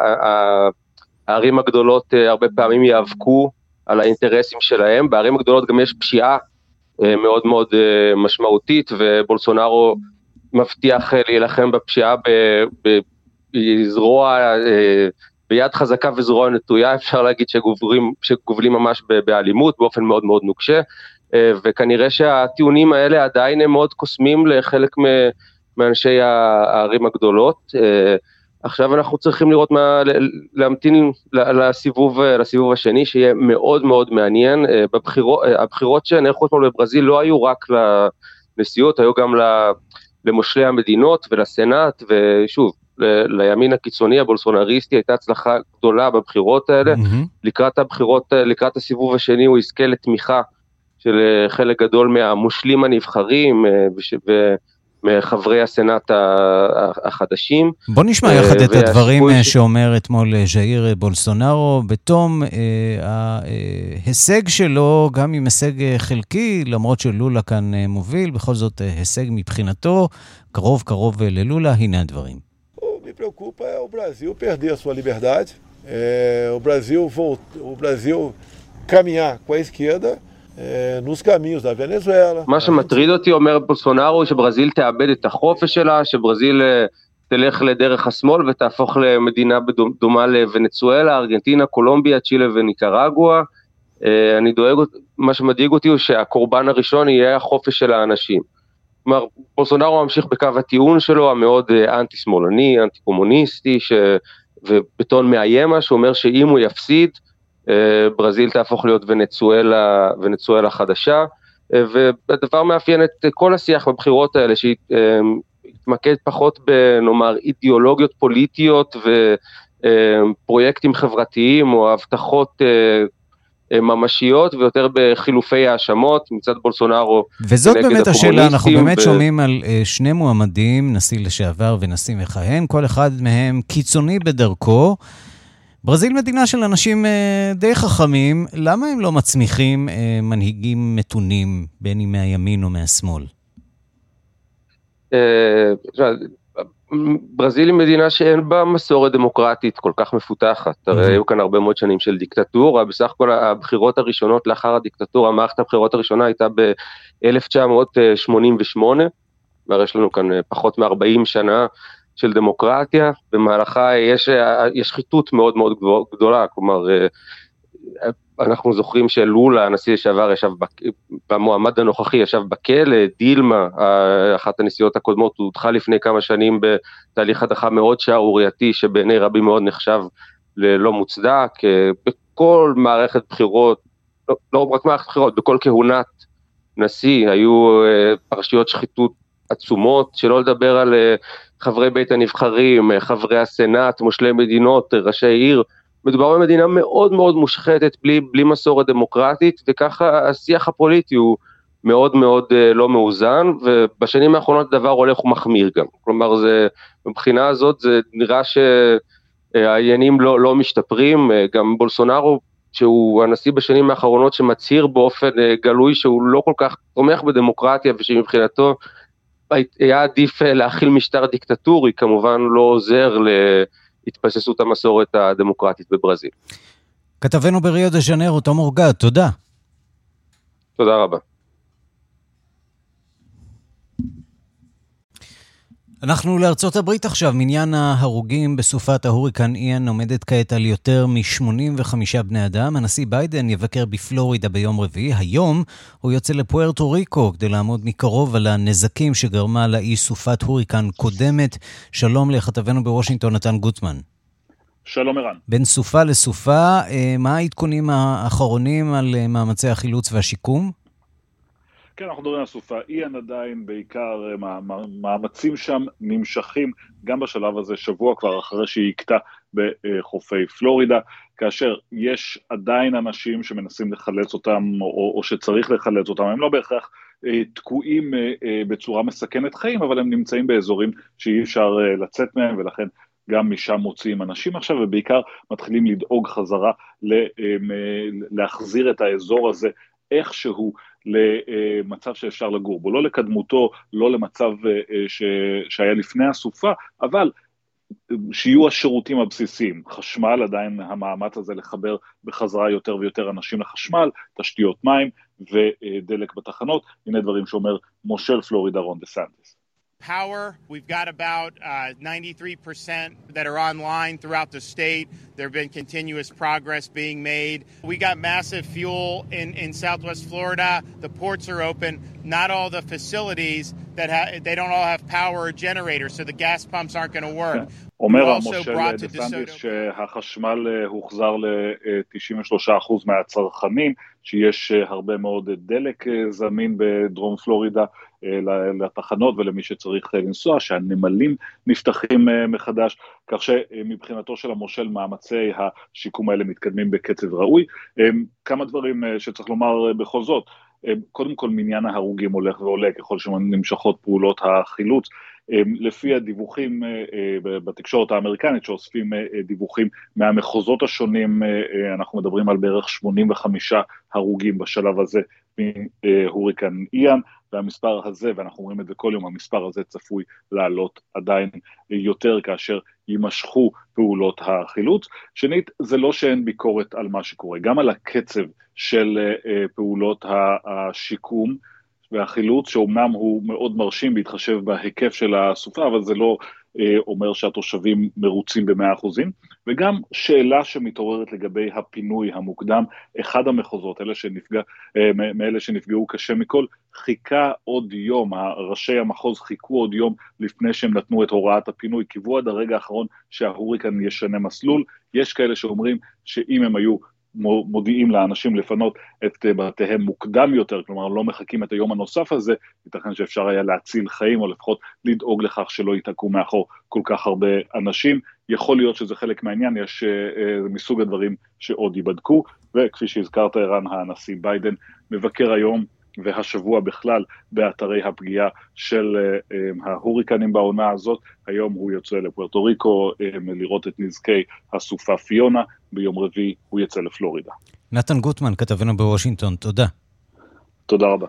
הערים הגדולות הרבה פעמים יאבקו על האינטרסים שלהם. בערים הגדולות גם יש פשיעה מאוד מאוד משמעותית, ובולסונארו מבטיח להילחם בפשיעה בזרוע, ביד חזקה וזרוע נטויה, אפשר להגיד שגובלים, שגובלים ממש באלימות, באופן מאוד מאוד נוקשה, וכנראה שהטיעונים האלה עדיין הם מאוד קוסמים לחלק מאנשי הערים הגדולות. עכשיו אנחנו צריכים לראות מה, להמתין לסיבוב, לסיבוב השני, שיהיה מאוד מאוד מעניין. בבחירות, הבחירות שנערכו אתמול בברזיל לא היו רק לנשיאות, היו גם למושלי המדינות ולסנאט, ושוב, לימין הקיצוני, הבולסונריסטי, הייתה הצלחה גדולה בבחירות האלה. Mm-hmm. לקראת הבחירות, לקראת הסיבוב השני, הוא יזכה לתמיכה של חלק גדול מהמושלים הנבחרים ומחברי הסנאט החדשים. בוא נשמע יחד את הדברים שאומר אתמול ז'איר בולסונארו, בתום ההישג שלו, גם עם הישג חלקי, למרות שלולה כאן מוביל, בכל זאת הישג מבחינתו, קרוב קרוב ללולה, הנה הדברים. Me preocupa é o Brasil perder a sua liberdade, é, o Brasil voltar, o Brasil caminhar com a esquerda é, nos caminhos da Venezuela. מה שמטריד אותי, אומר בולסונארו, שברזיל תאבד את החופש שלה, שברזיל תלך לדרך השמאל ותהפוך למדינה דומה לוונצואלה, ארגנטינה, קולומביה, צ'ילה וניקרגואה. אני דואג, מה שמדאיג אותי הוא שהקורבן הראשון יהיה החופש של האנשים. כלומר, בולסונארו ממשיך בקו הטיעון שלו, המאוד אנטי-שמאלני, אנטי-קומוניסטי, ש... ובטון מאיימה, שאומר שאם הוא יפסיד, ברזיל תהפוך להיות ונצואלה, ונצואלה חדשה, והדבר מאפיין את כל השיח בבחירות האלה, שהתמקד פחות בנאמר אידיאולוגיות פוליטיות, ופרויקטים חברתיים, או הבטחות ממשיות, ויותר בחילופי האשמות מצד בולסונארו. וזאת באמת השאלה, אנחנו באמת ו... שומעים על uh, שני מועמדים, נשיא לשעבר ונשיא מכהן, כל אחד מהם קיצוני בדרכו. ברזיל מדינה של אנשים uh, די חכמים, למה הם לא מצמיחים uh, מנהיגים מתונים, בין אם מהימין או מהשמאל? Uh, ברזיל היא מדינה שאין בה מסורת דמוקרטית כל כך מפותחת, הרי היו כאן הרבה מאוד שנים של דיקטטורה, בסך הכל הבחירות הראשונות לאחר הדיקטטורה, מערכת הבחירות הראשונה הייתה ב-אלף תשע מאות שמונים ושמונה, והרי יש לנו כאן פחות מ-ארבעים שנה של דמוקרטיה, במהלכה יש, יש שחיתות מאוד מאוד גדולה, כלומר, אנחנו זוכרים שלולה, הנשיא לשעבר, ישב, במועמד הנוכחי ישב בכלא, דילמה, אחת הנשיאות הקודמות, הוא הודחה לפני כמה שנים בתהליך הדחה מאוד שערורייתי, שבעיני רבים מאוד נחשב ללא מוצדק, בכל מערכת בחירות, לא, לא רק מערכת בחירות, בכל כהונת נשיא, היו פרשיות שחיתות עצומות, שלא לדבר על חברי בית הנבחרים, חברי הסנאט, מושלי מדינות, ראשי עיר, מדובר במדינה מאוד מאוד מושחתת, בלי, בלי מסורת דמוקרטית, וככה השיח הפוליטי הוא מאוד מאוד לא מאוזן, ובשנים האחרונות הדבר הולך ומחמיר גם. כלומר, זה, מבחינה הזאת זה נראה שהעניינים לא, לא משתפרים, גם בולסונארו, שהוא הנשיא בשנים האחרונות שמצהיר באופן גלוי, שהוא לא כל כך תומך בדמוקרטיה, ושמבחינתו היה עדיף להכיל משטר דיקטטורי, כמובן לא עוזר ל... התבססות המסורת הדמוקרטית בברזיל. כתבנו בריו דה ז'נרו, תום אורגד, תודה. תודה רבה. אנחנו לארצות הברית עכשיו. מניין ההרוגים בסופת ההוריקן איאן עומדת כעת על יותר מ-שמונים וחמישה בני אדם. הנשיא ביידן יבקר בפלורידה ביום רביעי. היום הוא יוצא לפוארטו ריקו כדי לעמוד מקרוב על הנזקים שגרמה לאי סופת הוריקן קודמת. שלום לכתבנו בוושינגטון נתן גוטמן. שלום ערן. בין סופה לסופה, מה העדכונים האחרונים על מאמצי החילוץ והשיקום? כן, אנחנו מדברים על סופה. איאן עדיין בעיקר מאמצים שם נמשכים גם בשלב הזה, שבוע כבר אחרי שהיא הכתה בחופי פלורידה, כאשר יש עדיין אנשים שמנסים לחלץ אותם או, או שצריך לחלץ אותם. הם לא בהכרח אה, תקועים אה, אה, בצורה מסכנת חיים, אבל הם נמצאים באזורים שאי אפשר אה, לצאת מהם, ולכן גם משם מוציאים אנשים עכשיו, ובעיקר מתחילים לדאוג חזרה להחזיר את האזור הזה איכשהו למצב שאפשר לגור בו, לא לקדמותו, לא למצב ש... שהיה לפני הסופה, אבל שיהיו השירותים הבסיסיים, חשמל, עדיין המאמץ הזה לחבר בחזרה יותר ויותר אנשים לחשמל, תשתיות מים ודלק בתחנות, הנה דברים שאומר מושל פלורידה רון דה סנטיס. Power, we've got about uh, ninety-three percent that are online throughout the state. There have been continuous progress being made. We got massive fuel in, in Southwest Florida. The ports are open. Not all the facilities that ha- they don't all have power or generators, so the gas pumps aren't going to work. אומר המושל דה סנטיס שהחשמל הוחזר ל-תשעים ושלושה אחוז מהצרכנים, שיש הרבה מאוד דלק זמין בדרום פלורידה לתחנות ולמי שצריך לנסוע, שהנמלים נפתחים מחדש, כך שמבחינתו של המושל מאמצי השיקום האלה מתקדמים בקצב ראוי. כמה דברים שצריך לומר בכל זאת, קודם כל מניין ההרוגים הולך ועולה ככל שנמשכות פעולות החילוץ, לפי הדיווחים בתקשורת האמריקנית שאוספים דיווחים מהמחוזות השונים, אנחנו מדברים על בערך שמונים וחמישה הרוגים בשלב הזה מהוריקן איאן, והמספר הזה, ואנחנו רואים את זה כל יום, המספר הזה צפוי לעלות עדיין יותר כאשר יימשכו פעולות החילוץ. שנית, זה לא שאין ביקורת על מה שקורה, גם על הקצב של פעולות השיקום והחילוץ, שאומנם הוא מאוד מרשים בהתחשב בהיקף של הסופה, אבל זה לא אה, אומר שהתושבים מרוצים במאה אחוזים, וגם שאלה שמתעוררת לגבי הפינוי המוקדם, אחד המחוזות, אלה שנפגע, אה, מאלה שנפגעו קשה מכל, חיכה עוד יום, ראשי המחוז חיכו עוד יום לפני שהם נתנו את הוראת הפינוי, קיוו עד הרגע האחרון שההוריקן ישנה מסלול, יש כאלה שאומרים שאם הם היו מודיעים לאנשים לפנות את בתיהם מוקדם יותר, כלומר לא מחכים את היום הנוסף הזה, ייתכן שאפשר היה להציל חיים, או לפחות לדאוג לכך שלא ייתקעו מאחור כל כך הרבה אנשים. יכול להיות שזה חלק מהעניין, יש uh, מסוג הדברים שעוד ייבדקו, וכפי שהזכרת ערן, הנשיא ביידן מבקר היום והשבוע בכלל באתרי הפגיעה של uh, ההוריקנים בעונה הזאת. היום הוא יוצא לפוארטו ריקו uh, לראות את נזקי הסופה פיונה, ביום רביעי הוא יצא לפלורידה. נתן גוטמן, כתבנו בוושינגטון, תודה. תודה רבה.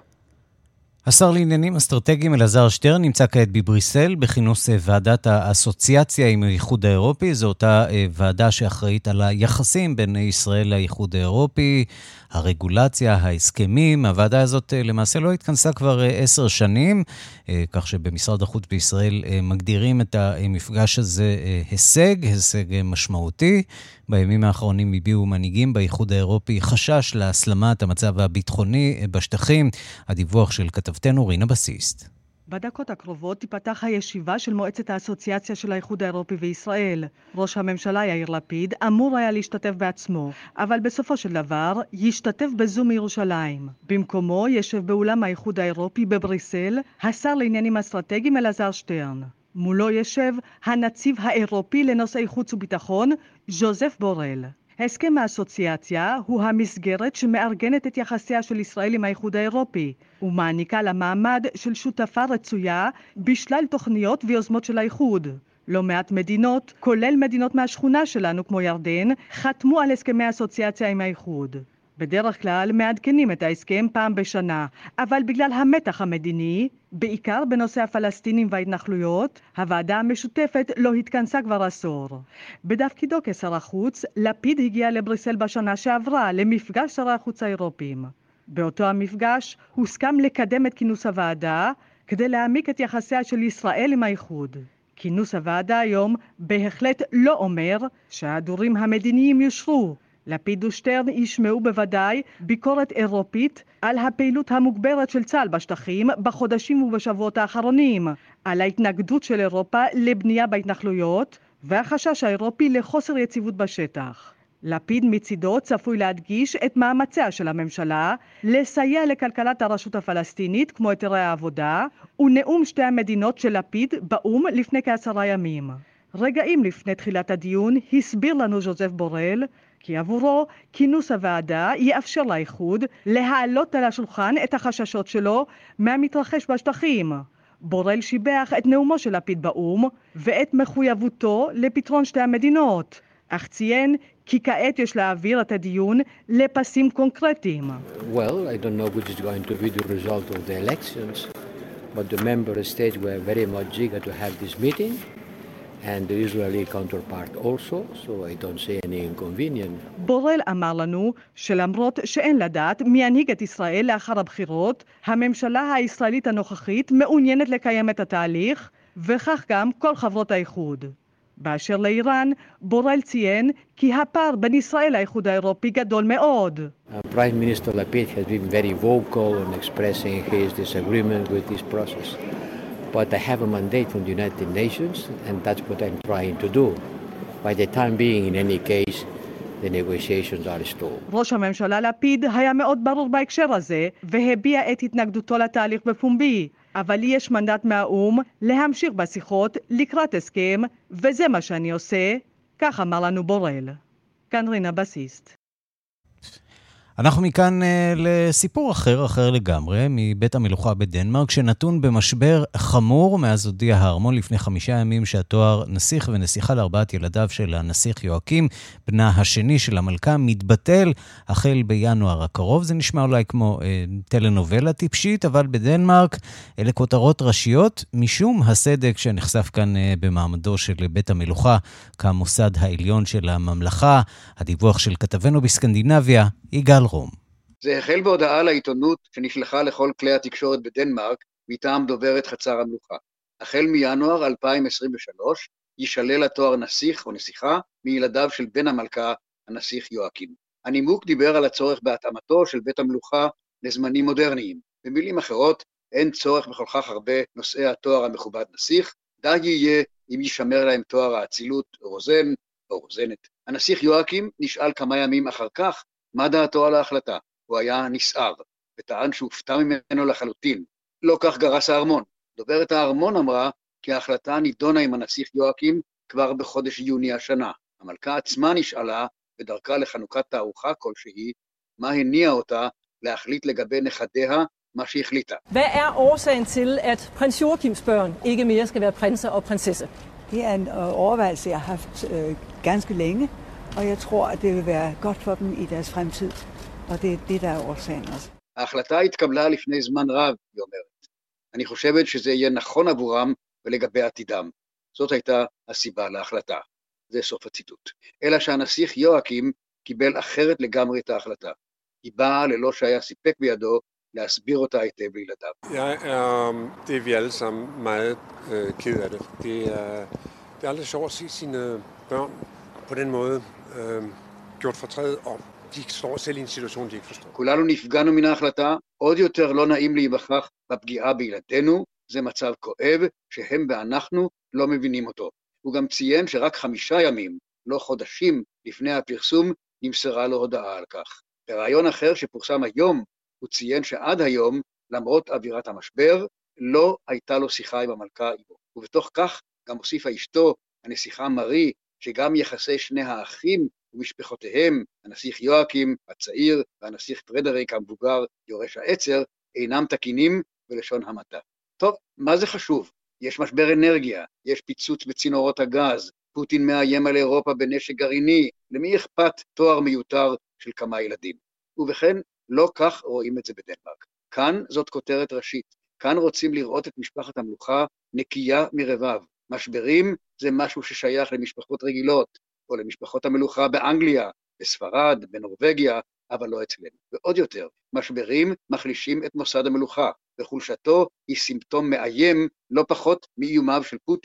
השר לעניינים אסטרטגיים אלעזר שטרן נמצא כעת בבריסל בכינוס ועדת האסוציאציה עם האיחוד האירופי. זו אותה ועדה שאחראית על היחסים בין ישראל לאיחוד האירופי, הרגולציה, ההסכמים. הוועדה הזאת למעשה לא התכנסה כבר עשר שנים, כך שבמשרד החוץ בישראל מגדירים את המפגש הזה הישג, הישג משמעותי. בימים האחרונים הביעו מנהיגים באיחוד האירופי חשש להסלמת המצב הביטחוני בשטחים. הדיווח של כתבתנו רינה בסיסט. בדקות הקרובות תיפתח הישיבה של מועצת האסוציאציה של האיחוד האירופי וישראל. ראש הממשלה יאיר לפיד אמור היה להשתתף בעצמו, אבל בסופו של דבר ישתתף בזום מירושלים. במקומו ישב באולם האיחוד האירופי בבריסל השר לעניינים אסטרטגיים אלעזר שטרן. מולו ישב הנציב האירופי לנושאי חוץ וביטחון ז'וזף בורל. הסכם האסוציאציה הוא המסגרת שמארגנת את יחסיה של ישראל עם האיחוד האירופי ומעניקה לה מעמד של שותפה רצויה בשלל תוכניות ויוזמות של האיחוד. לא מעט מדינות, כולל מדינות מהשכונה שלנו כמו ירדן, חתמו על הסכמי האסוציאציה עם האיחוד. בדרך כלל מעדכנים את ההסכם פעם בשנה, אבל בגלל המתח המדיני, בעיקר בנושא הפלסטינים וההתנחלויות, הוועדה המשותפת לא התכנסה כבר עשור. בתפקידו כשר החוץ, לפיד הגיע לבריסל בשנה שעברה למפגש שרי החוץ האירופיים. באותו המפגש הוסכם לקדם את כינוס הוועדה כדי להעמיק את יחסיה של ישראל עם האיחוד. כינוס הוועדה היום בהחלט לא אומר שההדורים המדיניים יושרו. לפיד ושטרן ישמעו בוודאי ביקורת אירופית על הפעילות המוגברת של צה"ל בשטחים בחודשים ובשבועות האחרונים, על ההתנגדות של אירופה לבנייה בהתנחלויות והחשש האירופי לחוסר יציבות בשטח. לפיד מצידו צפוי להדגיש את מאמציה של הממשלה לסייע לכלכלת הרשות הפלסטינית כמו היתרי העבודה ונאום שתי המדינות של לפיד באום לפני כעשרה ימים. רגעים לפני תחילת הדיון הסביר לנו ז'וזף בורל כי עבורו כינוס הוועדה יאפשר לאיחוד להעלות על השולחן את החששות שלו מהמתרחש בשטחים. בורל שיבח את נאומו של לפיד באום ואת מחויבותו לפתרון שתי המדינות, אך ציין כי כעת יש להעביר את הדיון לפסים קונקרטיים. Well, I don't know which is going to be the result of the elections, but the member states were very much eager to have this meeting. And the Israeli counterpart also, so I don't see any inconvenience. בורל אמר לנו שלמרות שאין לדעת מי ינהיג את ישראל לאחר הבחירות, הממשלה הישראלית הנוכחית מעוניינת לקיים את התהליך, וכך גם כל חברות האיחוד. באשר לאיראן, בורל ציין כי הפער בין ישראל לאיחוד האירופי גדול מאוד. Prime Minister Lapid has been very vocal in expressing his disagreement with this process. But I have a mandate from the United Nations, and that's what I'm trying to do. By the time being, in any case, the negotiations are stalled. ראש הממשלה לפיד היה מאוד ברור בהקשר הזה, והביע את התנגדותו לתהליך בפומבי. אבל יש מנדט מהאום להמשיך בשיחות לקראת הסכם, וזה מה שאני עושה, כך אמר לנו בורל. כאן רינה בסיסט. אנחנו מכאן uh, לסיפור אחר, אחר לגמרי, מבית המלוכה בדנמרק, שנתון במשבר חמור מאז הודיע הארמון לפני חמישה ימים שהתואר נסיך ונסיכה לארבעת ילדיו של הנסיך יואקים, בנה השני של המלכה, מתבטל החל בינואר הקרוב. זה נשמע אולי כמו uh, טלנובלה טיפשית, אבל בדנמרק אלה כותרות ראשיות, משום הסדק שנחשף כאן uh, במעמדו של בית המלוכה כמוסד העליון של הממלכה. הדיווח של כתבנו בסקנדינביה, יגאל רום. זה החל בהודעה לעיתונות שנשלחה לכל כלי התקשורת בדנמרק מטעם דוברת חצר המלוכה. החל מינואר אלפיים עשרים ושלוש יישלל התואר נסיך או נסיכה מילדיו של בן המלכה, הנסיך יואקים. הנימוק דיבר על הצורך בהתאמתו של בית המלוכה לזמנים מודרניים. במילים אחרות, אין צורך בכל כך הרבה נושאי התואר המכובד נסיך, די יהיה אם יישמר להם תואר האצילות רוזן או רוזנת. הנסיך יואקים נשאל כמה ימים אחר כך מה דעתו על ההחלטה. הוא היה נסער, וטען שהופתע ממנו לחלוטין. לא כך גרס הארמון. דוברת הארמון אמרה כי ההחלטה נידונה עם הנסיך יואקים כבר בחודש יוני השנה. המלכה עצמה נשאלה בדרכה לחנוכת תערוכה כלשהי, מה הניע אותה להחליט לגבי נכדיה מה שהחליטה. Hvad er årsagen til, at prins Joachims børn ikke mere skal være prinser og prinsesse? Det er en overvejelse, jeg har haft øh, ganske længe, og jeg tror, at det vil være godt for dem i deres fremtid. Og det er det, der er årsagen også. ההחלטה התקבלה לפני זמן רב, היא אומרת. אני חושבת שזה יהיה נכון עבורם ולגבי עתידם. זאת הייתה הסיבה להחלטה. זה סוף הציטוט. אלא שהנסיך יואקים קיבל אחרת לגמרי את ההחלטה. היא באה ללא שהיה סיפק בידו להסביר אותה היטב לילדיו. Jeg er, det er vi alle sammen meget øh, ked af det. Det er, det er aldrig sjovt at se sine børn på den måde øh, gjort fortræd, og de står selv i en situation, de ikke forstår. כולנו נפגענו מן ההחלטה, עוד יותר לא נעים להיווכח בפגיעה בילדינו, זה מצב כואב שהם ואנחנו לא מבינים אותו. הוא גם ציין שרק חמישה ימים, לא חודשים לפני הפרסום, נמסרה לו הודעה על כך. ברעיון אחר שפורסם היום, הוא ציין שעד היום, למרות אווירת המשבר, לא הייתה לו שיחה עם המלכה איבו. ובתוך כך גם הוסיפה אשתו, הנסיכה מרי, שגם יחסי שני האחים ומשפחותיהם, הנסיך יואקים הצעיר והנסיך פרדריק המבוגר יורש העצר, אינם תקינים בלשון המעטה. טוב, מה זה חשוב? יש משבר אנרגיה, יש פיצוץ בצינורות הגז, פוטין מאיים על אירופה בנשק גרעיני, למי אכפת תואר מיותר של כמה ילדים? ובכן, לא כך רואים את זה בדנמרק. כאן זאת כותרת ראשית. כאן רוצים לראות את משפחת המלוכה נקייה מרבב. משברים זה משהו ששייך למשפחות רגילות, או למשפחות המלוכה באנגליה, בספרד, בנורווגיה, אבל לא אצלנו. ועוד יותר, משברים מחלישים את מוסד המלוכה, וחולשתו היא סימפטום מאיים לא פחות מאיומיו של פוטין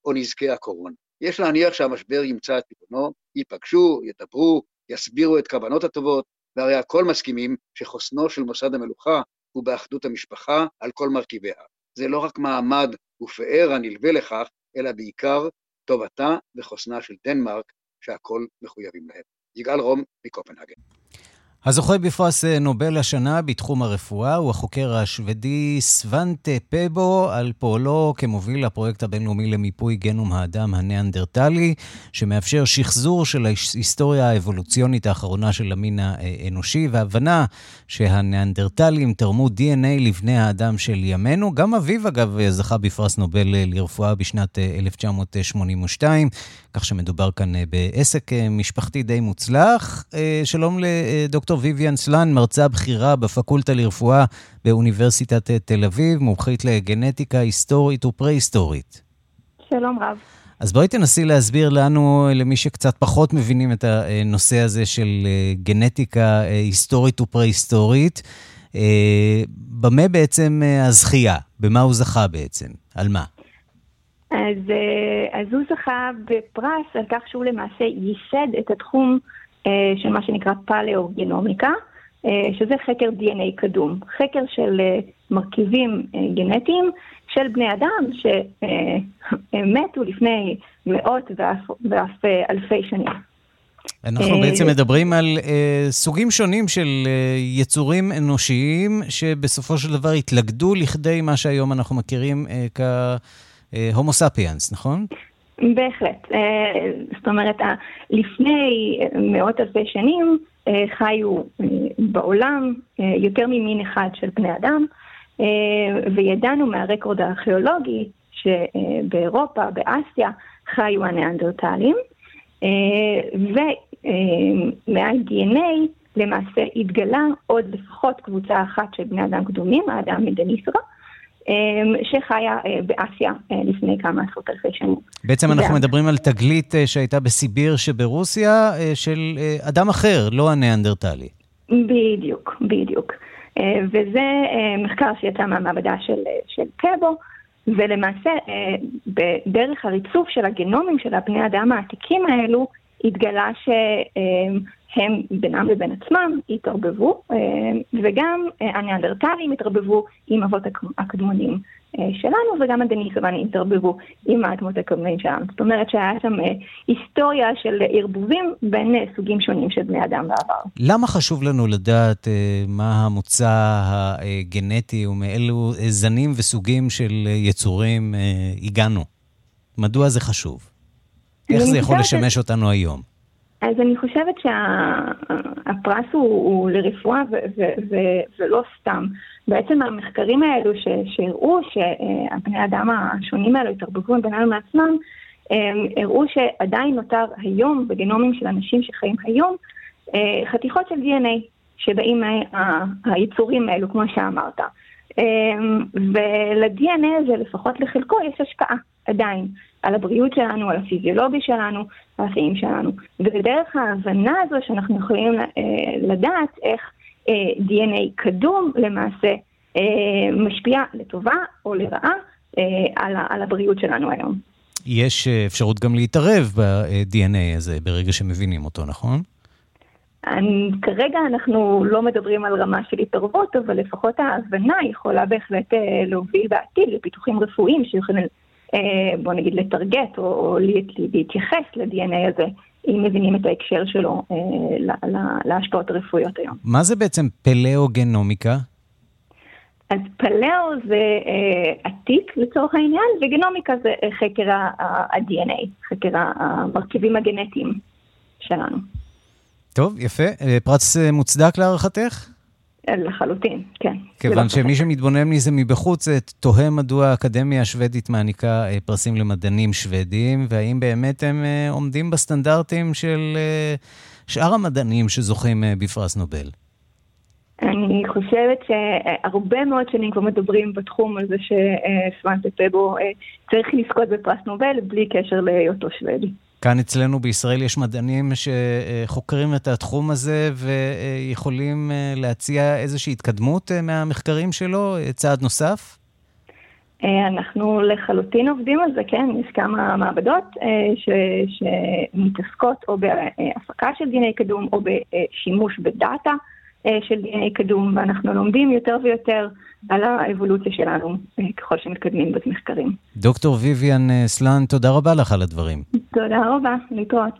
או נזקי הקורונה. יש להניח שהמשבר ימצא את פתרונו, ייפגשו, ידברו, יסבירו את כוונות הטובות, והרי הכל מסכימים שחוסנו של מוסד המלוכה הוא באחדות המשפחה על כל מרכיביה. זה לא רק מעמד ופאר הנלווה לכך, אלא בעיקר טובתה וחוסנה של דנמרק, שהכל מחויבים להם. יגאל רום מקופנהגן. הזוכה בפרס נובל השנה בתחום הרפואה הוא החוקר השוודי סוונטה פבו, על פועלו כמוביל הפרויקט הבינלאומי למיפוי גנום האדם הניאנדרטלי, שמאפשר שחזור של ההיסטוריה האבולוציונית האחרונה של המין האנושי, והבנה שהניאנדרטלים תרמו די אן איי לבני האדם של ימינו. גם אביו אגב זכה בפרס נובל לרפואה בשנת אלף תשע מאות שמונים ושתיים, כך שמדובר כאן בעסק משפחתי די מוצלח. שלום לדוקטור ויויאן סלן, מרצה בכירה בפקולטה לרפואה באוניברסיטת תל אביב, מומחית לגנטיקה היסטורית ופרה-היסטורית. שלום רב. אז בואי תנסי להסביר לנו, למי שקצת פחות מבינים את הנושא הזה של גנטיקה היסטורית ופרה-היסטורית, במה בעצם הזכייה? במה הוא זכה בעצם? על מה? אז, אז הוא זכה בפרס על כך שהוא למעשה ייסד את התחום של מה שנקרא פלאוגנומיקה, שזה חקר די אן איי קדום, חקר של מרכיבים גנטיים של בני אדם שמתו לפני מאות ואף, ואף אלפי שנים. אנחנו בעצם מדברים על סוגים שונים של יצורים אנושיים שבסופו של דבר התלכדו לכדי מה שהיום אנחנו מכירים כהומו ספיאנס, נכון? בהחלט. זאת אומרת, לפני מאות אלפי שנים חיו בעולם יותר ממין אחד של בני אדם, וידענו מהרקורד הארכיאולוגי שבאירופה, באסיה, חיו הניאנדרטלים, ומה-די אן איי למעשה התגלה עוד לפחות קבוצה אחת של בני אדם קדומים, האדם מדניסרה, שחיה באסיה לפני כמה עשרות אלפי שנים. בעצם אנחנו מדברים על תגלית שהייתה בסיביר שברוסיה, של אדם אחר, לא הניאנדרטלי. בדיוק, בדיוק. וזה מחקר שיצא מהמעבדה של, של פבו, ולמעשה בדרך הריצוף של הגנומים של הבני אדם העתיקים האלו, התגלה שהם בינם לבין עצמם התערבבו, וגם הניאנדרטלים התערבבו עם אבות הקדמונים שלנו, וגם הדניסרנים התערבבו עם האדמות הקדמונים שלנו. זאת אומרת שהיה שם היסטוריה של ערבובים בין סוגים שונים של בני אדם בעבר. למה חשוב לנו לדעת מה המוצא הגנטי ומאילו זנים וסוגים של יצורים הגענו? מדוע זה חשוב? איך זה יכול לשמש אותנו היום? אז אני חושבת שהפרס הוא, הוא לרפואה ו- ו- ו- ולא סתם. בעצם המחקרים האלו ש- שהראו שהבני אדם השונים האלו התערבבו בינם מעצמם, הראו שעדיין נותר היום בגנומים של אנשים שחיים היום חתיכות של די אן איי שבאים מהיצורים האלו, כמו שאמרת. ול-די אן איי הזה, לפחות לחלקו, יש השפעה עדיין על הבריאות שלנו, על הפיזיולוגיה שלנו, על החיים שלנו. ובדרך ההבנה הזו שאנחנו יכולים לדעת איך די אן איי קדום למעשה משפיע לטובה או לרעה על הבריאות שלנו היום. יש אפשרות גם להתערב ב-די אן איי הזה ברגע שמבינים אותו, נכון? אני, כרגע אנחנו לא מדברים על רמה של התערבות, אבל לפחות ההבנה יכולה בהחלט להוביל בעתיד לפיתוחים רפואיים שיכולים, בוא נגיד, לטרגט או להתייחס ל-די אן איי הזה, אם מבינים את ההקשר שלו להשפעות הרפואיות היום. מה זה בעצם פלאוגנומיקה? אז פלאו זה עתיק לצורך העניין, וגנומיקה זה חקר ה-די אן איי, חקר המרכיבים הגנטיים שלנו. טוב, יפה. פרס מוצדק להערכתך? לחלוטין, כן. כיוון שמי שמתבונן מזה מבחוץ, תוהה מדוע האקדמיה השוודית מעניקה פרסים למדענים שוודים, והאם באמת הם עומדים בסטנדרטים של שאר המדענים שזוכים בפרס נובל? אני חושבת שהרבה מאוד שנים כבר מדברים בתחום על זה שסוונטה פבו צריך לזכות בפרס נובל בלי קשר להיותו שוודי. כאן אצלנו בישראל יש מדענים שחוקרים את התחום הזה ויכולים להציע איזושהי התקדמות מהמחקרים שלו, צעד נוסף? אנחנו לחלוטין עובדים על זה, כן, יש כמה מעבדות ש- שמתעסקות או בהפקה של די אן איי קדום או בשימוש בדאטה של די אן איי קדום, ואנחנו לומדים יותר ויותר על האבולוציה שלנו ככל שמתקדמים במחקרים. דוקטור ויויאן סלן, תודה רבה לך על הדברים. תודה רבה, להתראות.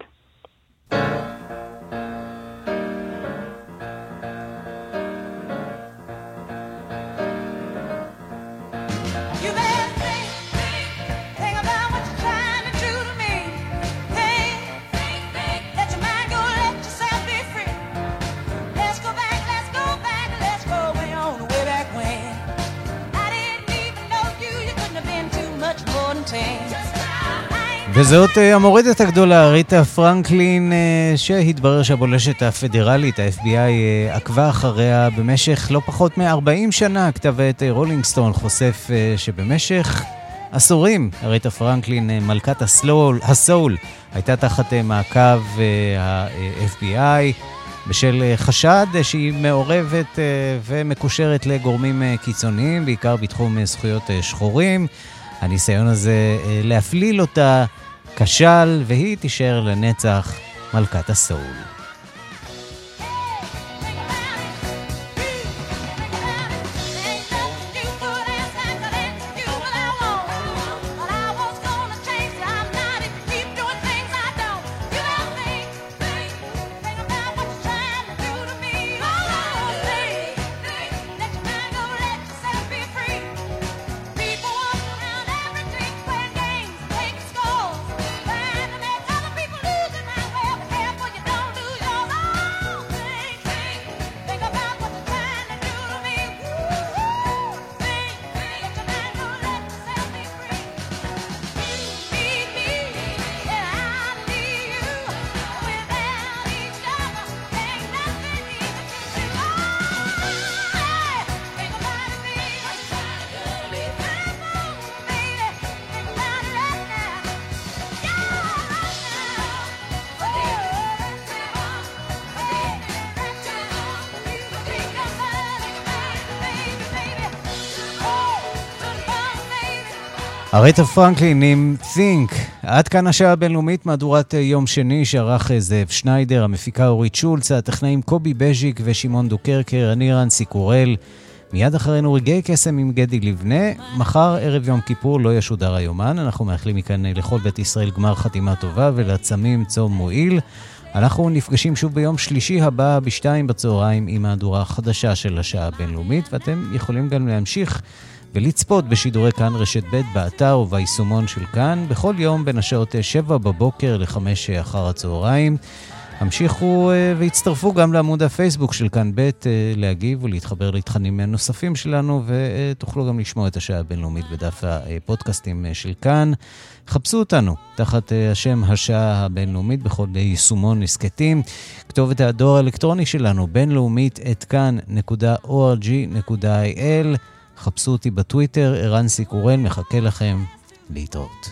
וזאת המורדת הגדולה, ריטה פרנקלין, שהתברר שהבולשת הפדרלית, ה-אף בי איי, עקבה אחריה במשך לא פחות מ-ארבעים שנה. כתב עת רולינג סטון חושף שבמשך עשורים ריטה פרנקלין, מלכת הסלול, הסול, הייתה תחת מעקב ה-אף בי איי בשל חשד שהיא מעורבת ומקושרת לגורמים קיצוניים, בעיקר בתחום זכויות שחורים. הניסיון הזה להפליל אותה כשל, והיא תישאר לנצח מלכת הסול. ריטה פרנקלין עם Think. עד כאן השעה הבינלאומית, מהדורת יום שני שערך זאב שניידר, המפיקה אורית שולץ, הטכנאים קובי בז'יק ושמעון דוקרקר, אני רנסי קורל. מיד אחרינו רגעי קסם עם גדי לבנה. מחר ערב יום כיפור לא ישודר היומן. אנחנו מאחלים מכאן לכל בית ישראל גמר חתימה טובה ולעצמים צום מועיל. אנחנו נפגשים שוב ביום שלישי הבא בשתיים בצהריים עם מהדורה החדשה של השעה הבינלאומית, ואתם יכולים גם להמשיך ולצפות בשידורי כאן רשת ב' באתר וביישומון של כאן בכל יום בין השעות שבע בבוקר לחמש אחר הצהריים. המשיכו והצטרפו גם לעמוד הפייסבוק של כאן ב' להגיב ולהתחבר לתכנים נוספים שלנו, ותוכלו גם לשמוע את השעה הבינלאומית בדף הפודקאסטים של כאן. חפשו אותנו תחת השם השעה הבינלאומית בכל יישומון הסקטים. כתובת הדואר האלקטרוני שלנו בינלאומית את כאן נקודה או אר ג'י נקודה איי אל. חפשו אותי בטוויטר, רנסי קורל, מחכה לכם להתראות.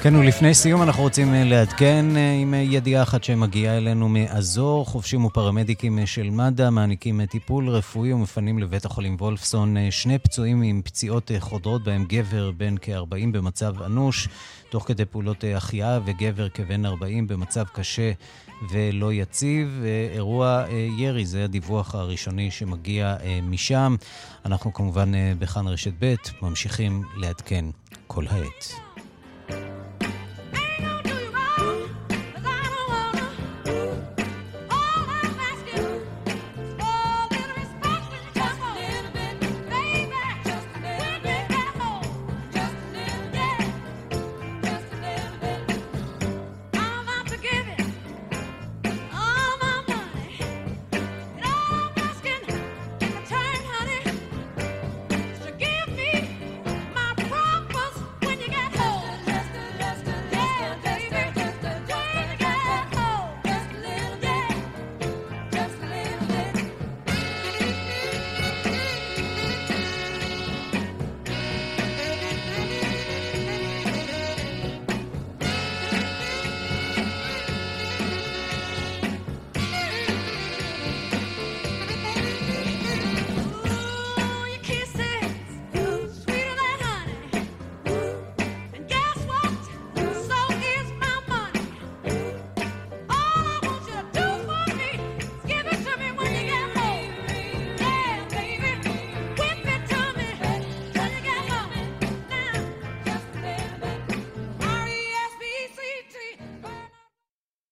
כן, ולפני סיום אנחנו רוצים לעדכן עם ידיעה אחת שמגיעה אלינו מאזור. חובשים ופרמדיקים של מד"א מעניקים טיפול רפואי ומפנים לבית החולים וולפסון שני פצועים עם פציעות חודרות, בהם גבר בן כ-ארבעים במצב אנוש תוך כדי פעולות החייאה, וגבר כבן ארבעים במצב קשה ולא יציב. אירוע ירי, זה הדיווח הראשוני שמגיע משם. אנחנו כמובן בכאן רשת ב' ממשיכים לעדכן כל העת.